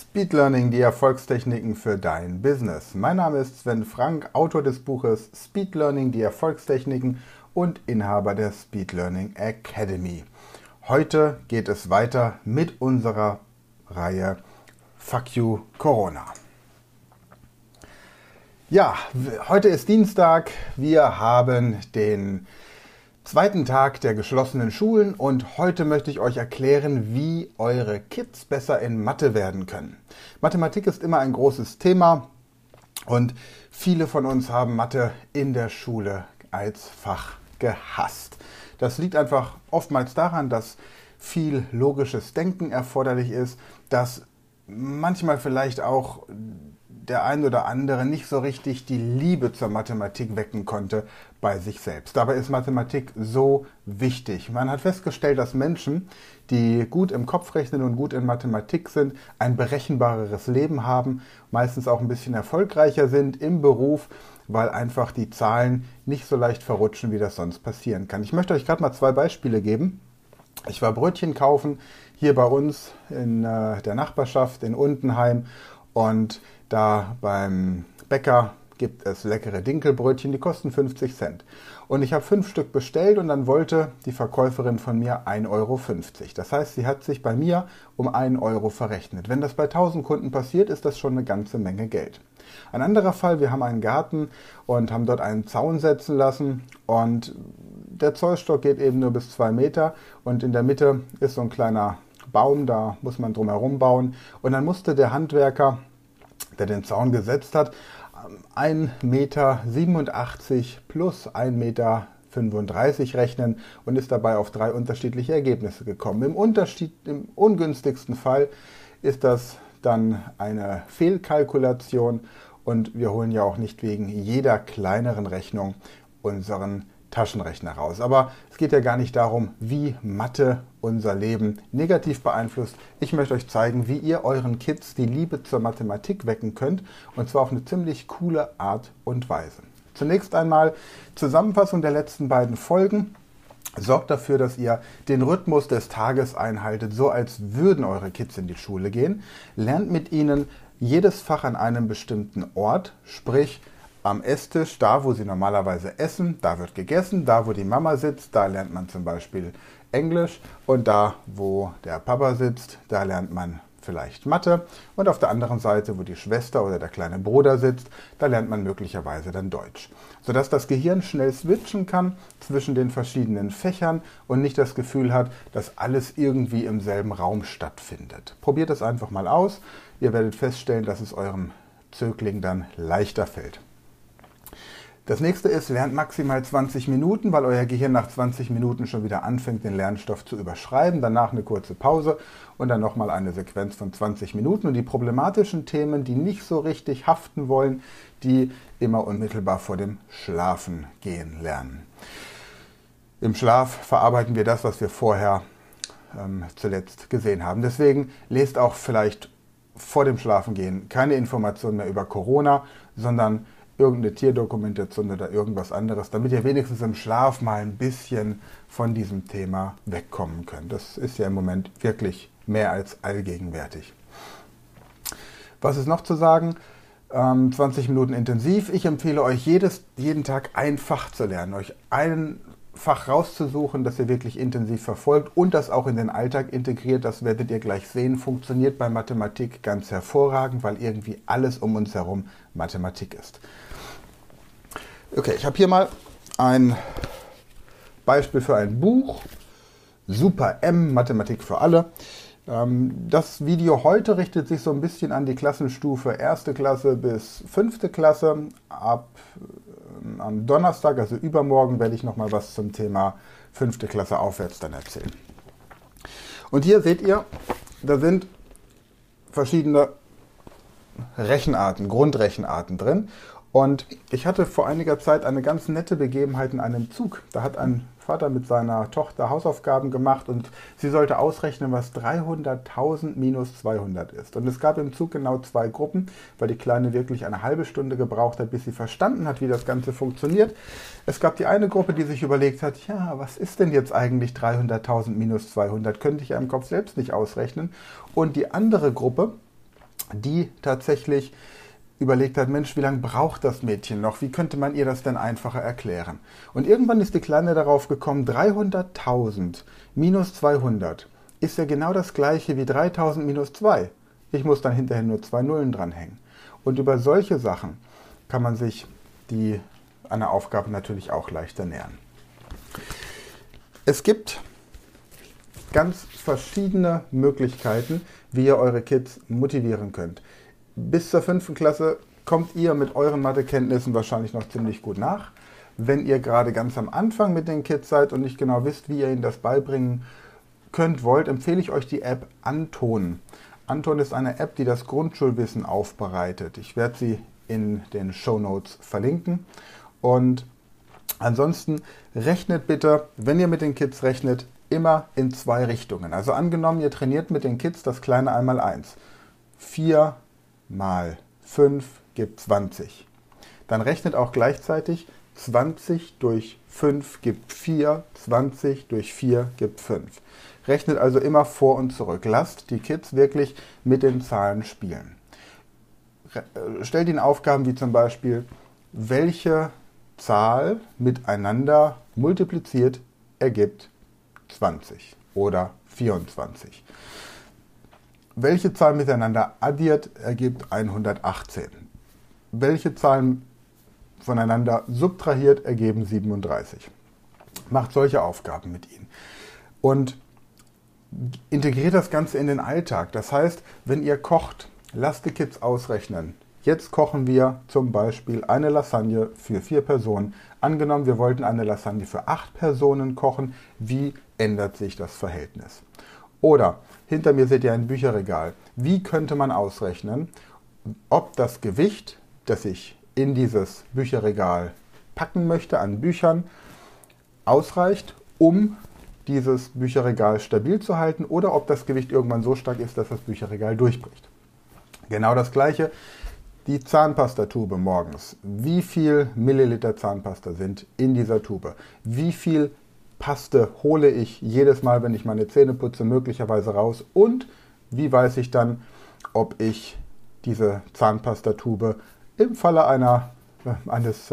Speed Learning, die Erfolgstechniken für dein Business. Mein Name ist Sven Frank, Autor des Buches Speed Learning, die Erfolgstechniken und Inhaber der Speed Learning Academy. Heute geht es weiter mit unserer Reihe Fuck You Corona. Ja, heute ist Dienstag. Wir haben den zweiten Tag der geschlossenen Schulen und heute möchte ich euch erklären, wie eure Kids besser in Mathe werden können. Mathematik ist immer ein großes Thema und viele von uns haben Mathe in der Schule als Fach gehasst. Das liegt einfach oftmals daran, dass viel logisches Denken erforderlich ist, dass manchmal vielleicht auch der ein oder andere nicht so richtig die Liebe zur Mathematik wecken konnte bei sich selbst. Dabei ist Mathematik so wichtig. Man hat festgestellt, dass Menschen, die gut im Kopf rechnen und gut in Mathematik sind, ein berechenbareres Leben haben, meistens auch ein bisschen erfolgreicher sind im Beruf, weil einfach die Zahlen nicht so leicht verrutschen, wie das sonst passieren kann. Ich möchte euch gerade mal zwei Beispiele geben. Ich war Brötchen kaufen hier bei uns in der Nachbarschaft in Untenheim und da beim Bäcker gibt es leckere Dinkelbrötchen, die kosten 50 Cent. Und ich habe 5 Stück bestellt und dann wollte die Verkäuferin von mir 1,50 Euro. Das heißt, sie hat sich bei mir um 1 Euro verrechnet. Wenn das bei 1000 Kunden passiert, ist das schon eine ganze Menge Geld. Ein anderer Fall, wir haben einen Garten und haben dort einen Zaun setzen lassen und der Zollstock geht eben nur bis 2 Meter und in der Mitte ist so ein kleiner Baum, da muss man drum herum bauen. Und dann musste der Handwerker, der den Zaun gesetzt hat, 1,87 Meter plus 1,35 Meter rechnen und ist dabei auf 3 unterschiedliche Ergebnisse gekommen. Im ungünstigsten Fall ist das dann eine Fehlkalkulation und wir holen ja auch nicht wegen jeder kleineren Rechnung unseren Taschenrechner raus. Aber es geht ja gar nicht darum, wie Mathe unser Leben negativ beeinflusst. Ich möchte euch zeigen, wie ihr euren Kids die Liebe zur Mathematik wecken könnt und zwar auf eine ziemlich coole Art und Weise. Zunächst einmal Zusammenfassung der letzten beiden Folgen. Sorgt dafür, dass ihr den Rhythmus des Tages einhaltet, so als würden eure Kids in die Schule gehen. Lernt mit ihnen jedes Fach an einem bestimmten Ort, sprich am Esstisch, da wo sie normalerweise essen, da wird gegessen, da wo die Mama sitzt, da lernt man zum Beispiel Englisch und da wo der Papa sitzt, da lernt man vielleicht Mathe und auf der anderen Seite, wo die Schwester oder der kleine Bruder sitzt, da lernt man möglicherweise dann Deutsch. Sodass das Gehirn schnell switchen kann zwischen den verschiedenen Fächern und nicht das Gefühl hat, dass alles irgendwie im selben Raum stattfindet. Probiert es einfach mal aus, ihr werdet feststellen, dass es eurem Zögling dann leichter fällt. Das nächste ist, lernt maximal 20 Minuten, weil euer Gehirn nach 20 Minuten schon wieder anfängt, den Lernstoff zu überschreiben. Danach eine kurze Pause und dann nochmal eine Sequenz von 20 Minuten. Und die problematischen Themen, die nicht so richtig haften wollen, die immer unmittelbar vor dem Schlafen gehen lernen. Im Schlaf verarbeiten wir das, was wir vorher zuletzt gesehen haben. Deswegen lest auch vielleicht vor dem Schlafengehen keine Informationen mehr über Corona, sondern irgendeine Tierdokumentation oder irgendwas anderes, damit ihr wenigstens im Schlaf mal ein bisschen von diesem Thema wegkommen könnt. Das ist ja im Moment wirklich mehr als allgegenwärtig. Was ist noch zu sagen? 20 Minuten intensiv. Ich empfehle euch jeden Tag ein Fach zu lernen, euch ein Fach rauszusuchen, das ihr wirklich intensiv verfolgt und das auch in den Alltag integriert. Das werdet ihr gleich sehen. Funktioniert bei Mathematik ganz hervorragend, weil irgendwie alles um uns herum Mathematik ist. Okay, ich habe hier mal ein Beispiel für ein Buch. Super M, Mathematik für alle. Das Video heute richtet sich so ein bisschen an die Klassenstufe 1. Klasse bis 5. Klasse. Am Donnerstag, also übermorgen, werde ich nochmal was zum Thema 5. Klasse aufwärts dann erzählen. Und hier seht ihr, da sind verschiedene Rechenarten, Grundrechenarten drin. Und ich hatte vor einiger Zeit eine ganz nette Begebenheit in einem Zug. Da hat ein Vater mit seiner Tochter Hausaufgaben gemacht und sie sollte ausrechnen, was 300.000 minus 200 ist. Und es gab im Zug genau 2 Gruppen, weil die Kleine wirklich eine halbe Stunde gebraucht hat, bis sie verstanden hat, wie das Ganze funktioniert. Es gab die eine Gruppe, die sich überlegt hat, ja, was ist denn jetzt eigentlich 300.000 minus 200? Könnte ich ja im Kopf selbst nicht ausrechnen. Und die andere Gruppe, die tatsächlich überlegt hat, Mensch, wie lange braucht das Mädchen noch? Wie könnte man ihr das denn einfacher erklären? Und irgendwann ist die Kleine darauf gekommen, 300.000 minus 200 ist ja genau das gleiche wie 3.000 minus 2. Ich muss dann hinterher nur 2 Nullen dranhängen. Und über solche Sachen kann man sich einer Aufgabe natürlich auch leichter nähern. Es gibt ganz verschiedene Möglichkeiten, wie ihr eure Kids motivieren könnt. Bis zur 5. Klasse kommt ihr mit euren Mathekenntnissen wahrscheinlich noch ziemlich gut nach. Wenn ihr gerade ganz am Anfang mit den Kids seid und nicht genau wisst, wie ihr ihnen das beibringen wollt, empfehle ich euch die App Anton. Anton ist eine App, die das Grundschulwissen aufbereitet. Ich werde sie in den Shownotes verlinken. Und ansonsten rechnet bitte, wenn ihr mit den Kids rechnet, immer in 2 Richtungen. Also angenommen, ihr trainiert mit den Kids das kleine 1x1. 4 mal 5 gibt 20. Dann rechnet auch gleichzeitig 20 durch 5 gibt 4, 20 durch 4 gibt 5. Rechnet also immer vor und zurück. Lasst die Kids wirklich mit den Zahlen spielen. Stellt ihnen Aufgaben wie zum Beispiel, welche Zahl miteinander multipliziert ergibt 20 oder 24. Welche Zahl miteinander addiert ergibt 118. Welche Zahlen voneinander subtrahiert ergeben 37. Macht solche Aufgaben mit ihnen. Und integriert das Ganze in den Alltag. Das heißt, wenn ihr kocht, lasst die Kids ausrechnen. Jetzt kochen wir zum Beispiel eine Lasagne für 4 Personen. Angenommen, wir wollten eine Lasagne für 8 Personen kochen. Wie ändert sich das Verhältnis? Oder, hinter mir seht ihr ein Bücherregal. Wie könnte man ausrechnen, ob das Gewicht, das ich in dieses Bücherregal packen möchte an Büchern, ausreicht, um dieses Bücherregal stabil zu halten, oder ob das Gewicht irgendwann so stark ist, dass das Bücherregal durchbricht. Genau das Gleiche. Die Zahnpastatube morgens. Wie viel Milliliter Zahnpasta sind in dieser Tube? Wie viel Paste hole ich jedes Mal, wenn ich meine Zähne putze, möglicherweise raus? Und wie weiß ich dann, ob ich diese Zahnpastatube im Falle eines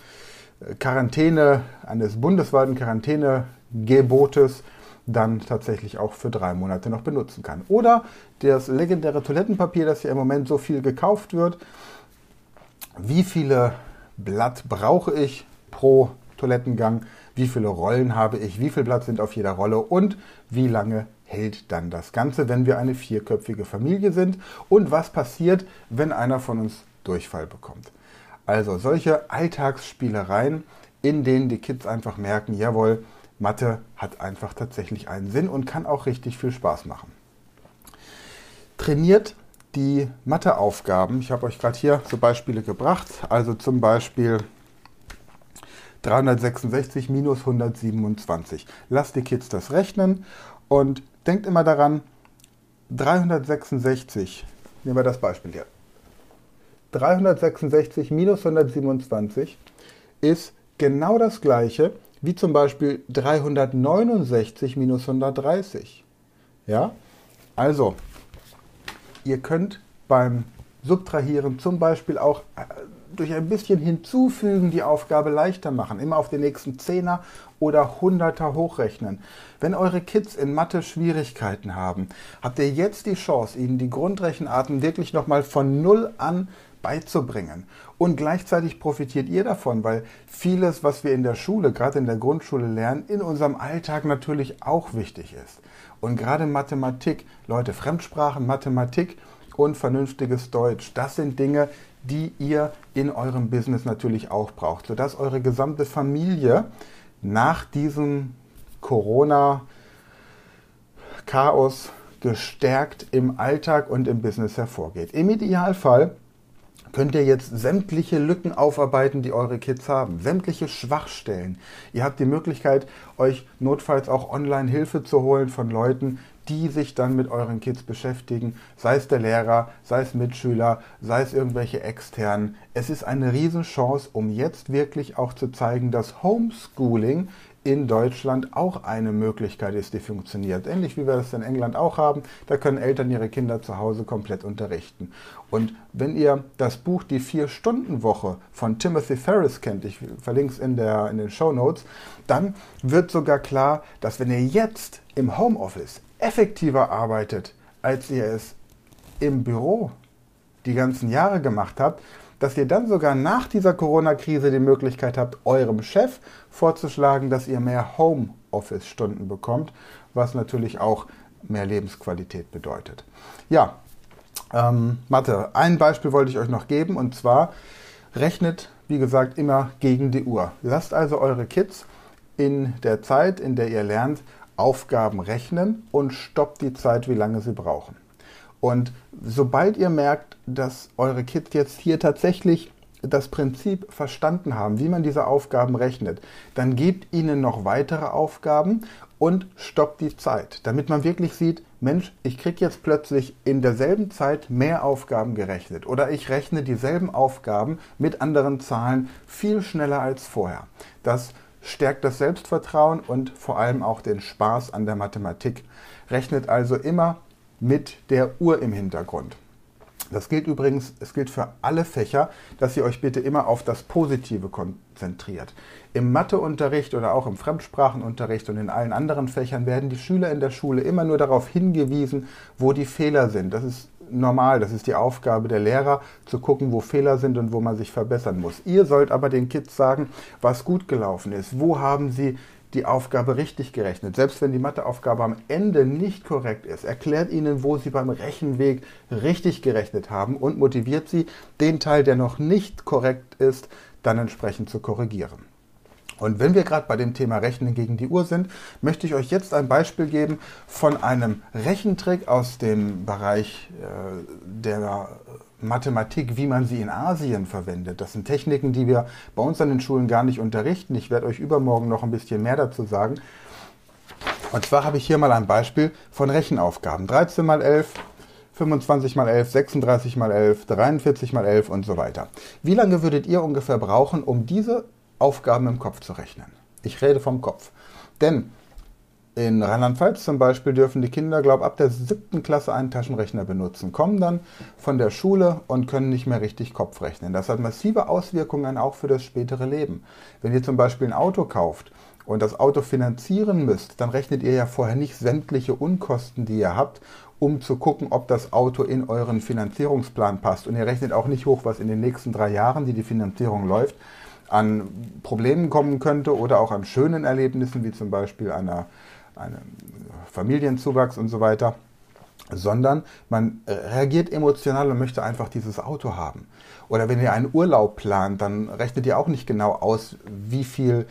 bundesweiten Quarantänegebotes dann tatsächlich auch für 3 Monate noch benutzen kann. Oder das legendäre Toilettenpapier, das ja im Moment so viel gekauft wird. Wie viele Blatt brauche ich pro Toilettengang? Wie viele Rollen habe ich? Wie viel Blatt sind auf jeder Rolle? Und wie lange hält dann das Ganze, wenn wir eine 4-köpfige Familie sind? Und was passiert, wenn einer von uns Durchfall bekommt? Also solche Alltagsspielereien, in denen die Kids einfach merken, jawohl, Mathe hat einfach tatsächlich einen Sinn und kann auch richtig viel Spaß machen. Trainiert die Matheaufgaben. Ich habe euch gerade hier so Beispiele gebracht. Also zum Beispiel 366 minus 127. Lasst die Kids das rechnen und denkt immer daran, 366, nehmen wir das Beispiel hier. 366 minus 127 ist genau das gleiche wie zum Beispiel 369 minus 130. Ja? Also, ihr könnt beim Subtrahieren zum Beispiel auch durch ein bisschen Hinzufügen die Aufgabe leichter machen. Immer auf den nächsten Zehner oder Hunderter hochrechnen. Wenn eure Kids in Mathe Schwierigkeiten haben, habt ihr jetzt die Chance, ihnen die Grundrechenarten wirklich nochmal von Null an beizubringen. Und gleichzeitig profitiert ihr davon, weil vieles, was wir in der Schule, gerade in der Grundschule lernen, in unserem Alltag natürlich auch wichtig ist. Und gerade Mathematik, Leute, Fremdsprachen, Mathematik und vernünftiges Deutsch, das sind Dinge, die ihr in eurem Business natürlich auch braucht, sodass eure gesamte Familie nach diesem Corona-Chaos gestärkt im Alltag und im Business hervorgeht. Im Idealfall könnt ihr jetzt sämtliche Lücken aufarbeiten, die eure Kids haben, sämtliche Schwachstellen. Ihr habt die Möglichkeit, euch notfalls auch online Hilfe zu holen von Leuten, die sich dann mit euren Kids beschäftigen, sei es der Lehrer, sei es Mitschüler, sei es irgendwelche Externen. Es ist eine Riesenchance, um jetzt wirklich auch zu zeigen, dass Homeschooling in Deutschland auch eine Möglichkeit ist, die funktioniert. Ähnlich wie wir das in England auch haben. Da können Eltern ihre Kinder zu Hause komplett unterrichten. Und wenn ihr das Buch Die 4-Stunden-Woche von Timothy Ferriss kennt, ich verlinke es in den Shownotes, dann wird sogar klar, dass wenn ihr jetzt im Homeoffice effektiver arbeitet, als ihr es im Büro die ganzen Jahre gemacht habt, dass ihr dann sogar nach dieser Corona-Krise die Möglichkeit habt, eurem Chef vorzuschlagen, dass ihr mehr Homeoffice-Stunden bekommt, was natürlich auch mehr Lebensqualität bedeutet. Ja, Mathe. Ein Beispiel wollte ich euch noch geben, und zwar rechnet, wie gesagt, immer gegen die Uhr. Lasst also eure Kids in der Zeit, in der ihr lernt, Aufgaben rechnen und stoppt die Zeit, wie lange sie brauchen. Und sobald ihr merkt, dass eure Kids jetzt hier tatsächlich das Prinzip verstanden haben, wie man diese Aufgaben rechnet, dann gebt ihnen noch weitere Aufgaben und stoppt die Zeit, damit man wirklich sieht, Mensch, ich kriege jetzt plötzlich in derselben Zeit mehr Aufgaben gerechnet oder ich rechne dieselben Aufgaben mit anderen Zahlen viel schneller als vorher. Das stärkt das Selbstvertrauen und vor allem auch den Spaß an der Mathematik. Rechnet also immer mit der Uhr im Hintergrund. Das gilt übrigens, es gilt für alle Fächer, dass ihr euch bitte immer auf das Positive konzentriert. Im Matheunterricht oder auch im Fremdsprachenunterricht und in allen anderen Fächern werden die Schüler in der Schule immer nur darauf hingewiesen, wo die Fehler sind. Das ist normal, das ist die Aufgabe der Lehrer, zu gucken, wo Fehler sind und wo man sich verbessern muss. Ihr sollt aber den Kids sagen, was gut gelaufen ist, wo haben sie die Aufgabe richtig gerechnet. Selbst wenn die Matheaufgabe am Ende nicht korrekt ist, erklärt ihnen, wo sie beim Rechenweg richtig gerechnet haben und motiviert sie, den Teil, der noch nicht korrekt ist, dann entsprechend zu korrigieren. Und wenn wir gerade bei dem Thema Rechnen gegen die Uhr sind, möchte ich euch jetzt ein Beispiel geben von einem Rechentrick aus dem Bereich der Mathematik, wie man sie in Asien verwendet. Das sind Techniken, die wir bei uns an den Schulen gar nicht unterrichten. Ich werde euch übermorgen noch ein bisschen mehr dazu sagen. Und zwar habe ich hier mal ein Beispiel von Rechenaufgaben. 13 mal 11, 25 mal 11, 36 mal 11, 43 mal 11 und so weiter. Wie lange würdet ihr ungefähr brauchen, um diese Aufgaben im Kopf zu rechnen? Ich rede vom Kopf. Denn in Rheinland-Pfalz zum Beispiel dürfen die Kinder, glaube ich, ab der 7. Klasse einen Taschenrechner benutzen, kommen dann von der Schule und können nicht mehr richtig Kopf rechnen. Das hat massive Auswirkungen auch für das spätere Leben. Wenn ihr zum Beispiel ein Auto kauft und das Auto finanzieren müsst, dann rechnet ihr ja vorher nicht sämtliche Unkosten, die ihr habt, um zu gucken, ob das Auto in euren Finanzierungsplan passt. Und ihr rechnet auch nicht hoch, was in den nächsten 3 Jahren, die Finanzierung läuft, an Problemen kommen könnte oder auch an schönen Erlebnissen, wie zum Beispiel einem Familienzuwachs und so weiter, sondern man reagiert emotional und möchte einfach dieses Auto haben. Oder wenn ihr einen Urlaub plant, dann rechnet ihr auch nicht genau aus, wie viel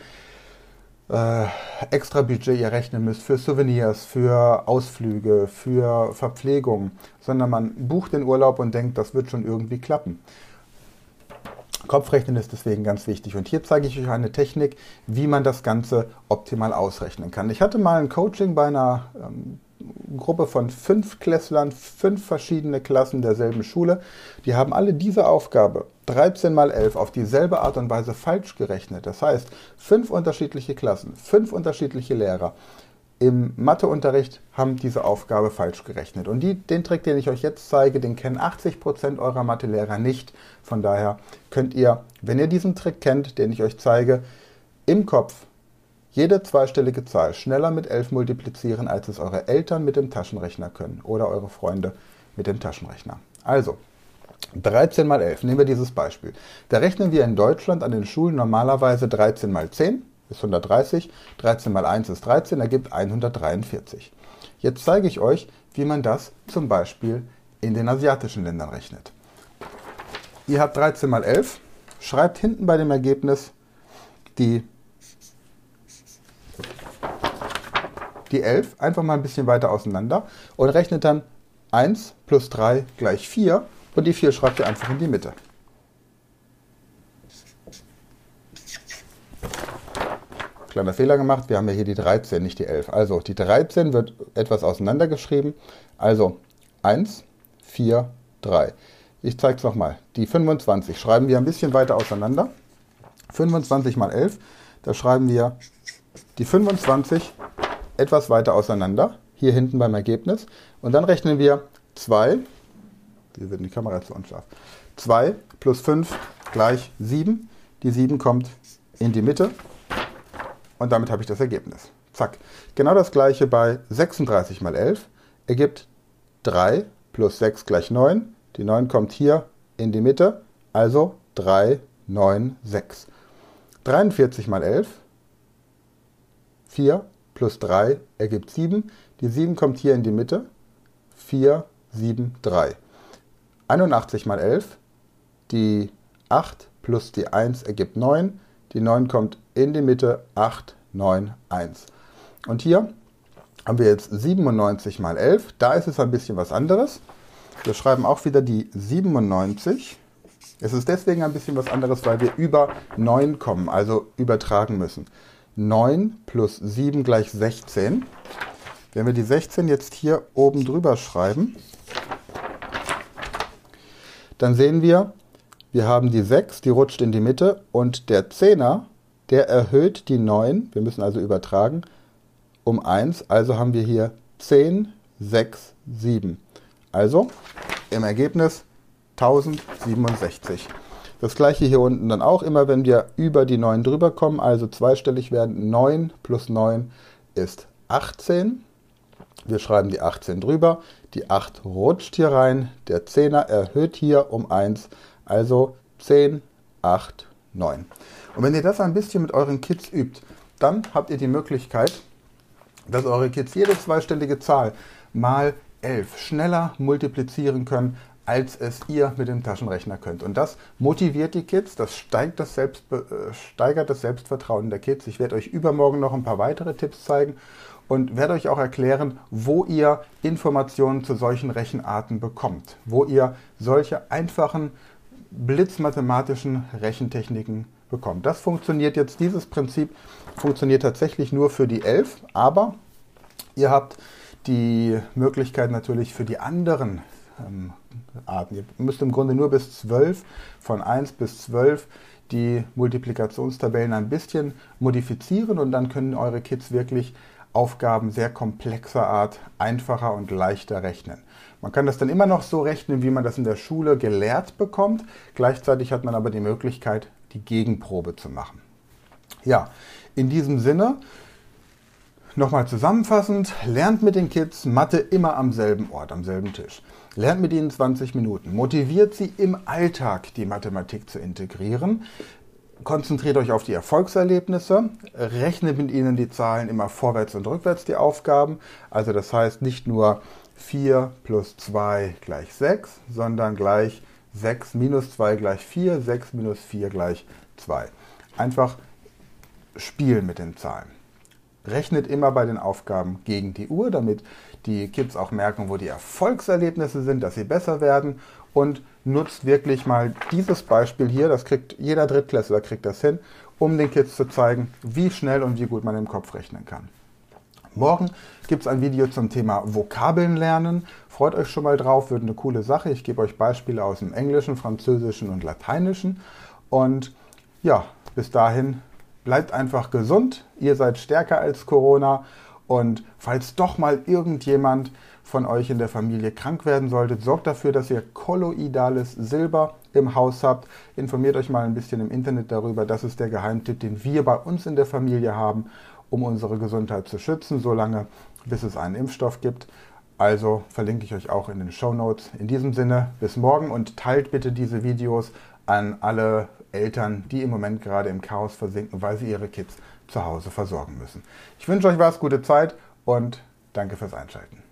extra Budget ihr rechnen müsst für Souvenirs, für Ausflüge, für Verpflegung, sondern man bucht den Urlaub und denkt, das wird schon irgendwie klappen. Kopfrechnen ist deswegen ganz wichtig. Und hier zeige ich euch eine Technik, wie man das Ganze optimal ausrechnen kann. Ich hatte mal ein Coaching bei einer Gruppe von 5 Klässlern, 5 verschiedene Klassen derselben Schule. Die haben alle diese Aufgabe 13 mal 11 auf dieselbe Art und Weise falsch gerechnet. Das heißt, 5 unterschiedliche Klassen, 5 unterschiedliche Lehrer im Matheunterricht haben diese Aufgabe falsch gerechnet. Und den Trick, den ich euch jetzt zeige, den kennen 80% eurer Mathelehrer nicht. Von daher könnt ihr, wenn ihr diesen Trick kennt, den ich euch zeige, im Kopf jede zweistellige Zahl schneller mit 11 multiplizieren, als es eure Eltern mit dem Taschenrechner können oder eure Freunde mit dem Taschenrechner. Also, 13 mal 11, nehmen wir dieses Beispiel. Da rechnen wir in Deutschland an den Schulen normalerweise 13 mal 10. Ist 130, 13 mal 1 ist 13, ergibt 143. Jetzt zeige ich euch, wie man das zum Beispiel in den asiatischen Ländern rechnet. Ihr habt 13 mal 11, schreibt hinten bei dem Ergebnis die 11 einfach mal ein bisschen weiter auseinander und rechnet dann 1 plus 3 gleich 4 und die 4 schreibt ihr einfach in die Mitte. Kleiner Fehler gemacht, wir haben ja hier die 13, nicht die 11. Also die 13 wird etwas auseinandergeschrieben. Also 1, 4, 3. Ich zeige es nochmal. Die 25 schreiben wir ein bisschen weiter auseinander. 25 mal 11, da schreiben wir die 25 etwas weiter auseinander, hier hinten beim Ergebnis. Und dann rechnen wir 2, hier wird die Kamera zu unscharf, 2 plus 5 gleich 7. Die 7 kommt in die Mitte und damit habe ich das Ergebnis. Zack. Genau das gleiche bei 36 mal 11 ergibt 3 plus 6 gleich 9. Die 9 kommt hier in die Mitte, also 3, 9, 6. 43 mal 11, 4 plus 3 ergibt 7. Die 7 kommt hier in die Mitte, 4, 7, 3. 81 mal 11, die 8 plus die 1 ergibt 9. Die 9 kommt in die Mitte, 8, 9, 1. Und hier haben wir jetzt 97 mal 11. Da ist es ein bisschen was anderes. Wir schreiben auch wieder die 97. Es ist deswegen ein bisschen was anderes, weil wir über 9 kommen, also übertragen müssen. 9 plus 7 gleich 16. Wenn wir die 16 jetzt hier oben drüber schreiben, dann sehen wir, wir haben die 6, die rutscht in die Mitte und der 10er, der erhöht die 9, wir müssen also übertragen, um 1. Also haben wir hier 10, 6, 7. Also im Ergebnis 1067. Das gleiche hier unten dann auch, immer wenn wir über die 9 drüber kommen, also zweistellig werden, 9 plus 9 ist 18. Wir schreiben die 18 drüber, die 8 rutscht hier rein, der 10er erhöht hier um 1, also 10, 8, 9. Und wenn ihr das ein bisschen mit euren Kids übt, dann habt ihr die Möglichkeit, dass eure Kids jede zweistellige Zahl mal 11 schneller multiplizieren können, als es ihr mit dem Taschenrechner könnt. Und das motiviert die Kids, das steigert das Selbstvertrauen der Kids. Ich werde euch übermorgen noch ein paar weitere Tipps zeigen und werde euch auch erklären, wo ihr Informationen zu solchen Rechenarten bekommt, wo ihr solche einfachen blitzmathematischen Rechentechniken bekommt. Das funktioniert jetzt, dieses Prinzip funktioniert tatsächlich nur für die 11, aber ihr habt die Möglichkeit natürlich für die anderen Arten. Ihr müsst im Grunde nur bis 12, von 1 bis 12, die Multiplikationstabellen ein bisschen modifizieren und dann können eure Kids wirklich Aufgaben sehr komplexer Art einfacher und leichter rechnen. Man kann das dann immer noch so rechnen, wie man das in der Schule gelehrt bekommt. Gleichzeitig hat man aber die Möglichkeit, die Gegenprobe zu machen. Ja, in diesem Sinne, nochmal zusammenfassend, lernt mit den Kids Mathe immer am selben Ort, am selben Tisch. Lernt mit ihnen 20 Minuten. Motiviert sie im Alltag, die Mathematik zu integrieren. Konzentriert euch auf die Erfolgserlebnisse. Rechnet mit ihnen die Zahlen immer vorwärts und rückwärts, die Aufgaben. Also das heißt nicht nur 4 plus 2 gleich 6, sondern gleich 6 minus 2 gleich 4, 6 minus 4 gleich 2. Einfach spielen mit den Zahlen. Rechnet immer bei den Aufgaben gegen die Uhr, damit die Kids auch merken, wo die Erfolgserlebnisse sind, dass sie besser werden, und nutzt wirklich mal dieses Beispiel hier, das kriegt jeder Drittklässler kriegt das hin, um den Kids zu zeigen, wie schnell und wie gut man im Kopf rechnen kann. Morgen gibt es ein Video zum Thema Vokabeln lernen. Freut euch schon mal drauf, wird eine coole Sache. Ich gebe euch Beispiele aus dem Englischen, Französischen und Lateinischen. Und ja, bis dahin bleibt einfach gesund. Ihr seid stärker als Corona. Und falls doch mal irgendjemand von euch in der Familie krank werden solltet, sorgt dafür, dass ihr kolloidales Silber im Haus habt. Informiert euch mal ein bisschen im Internet darüber. Das ist der Geheimtipp, den wir bei uns in der Familie haben, um unsere Gesundheit zu schützen, solange bis es einen Impfstoff gibt. Also verlinke ich euch auch in den Shownotes. In diesem Sinne, bis morgen und teilt bitte diese Videos an alle Eltern, die im Moment gerade im Chaos versinken, weil sie ihre Kids zu Hause versorgen müssen. Ich wünsche euch was, gute Zeit und danke fürs Einschalten.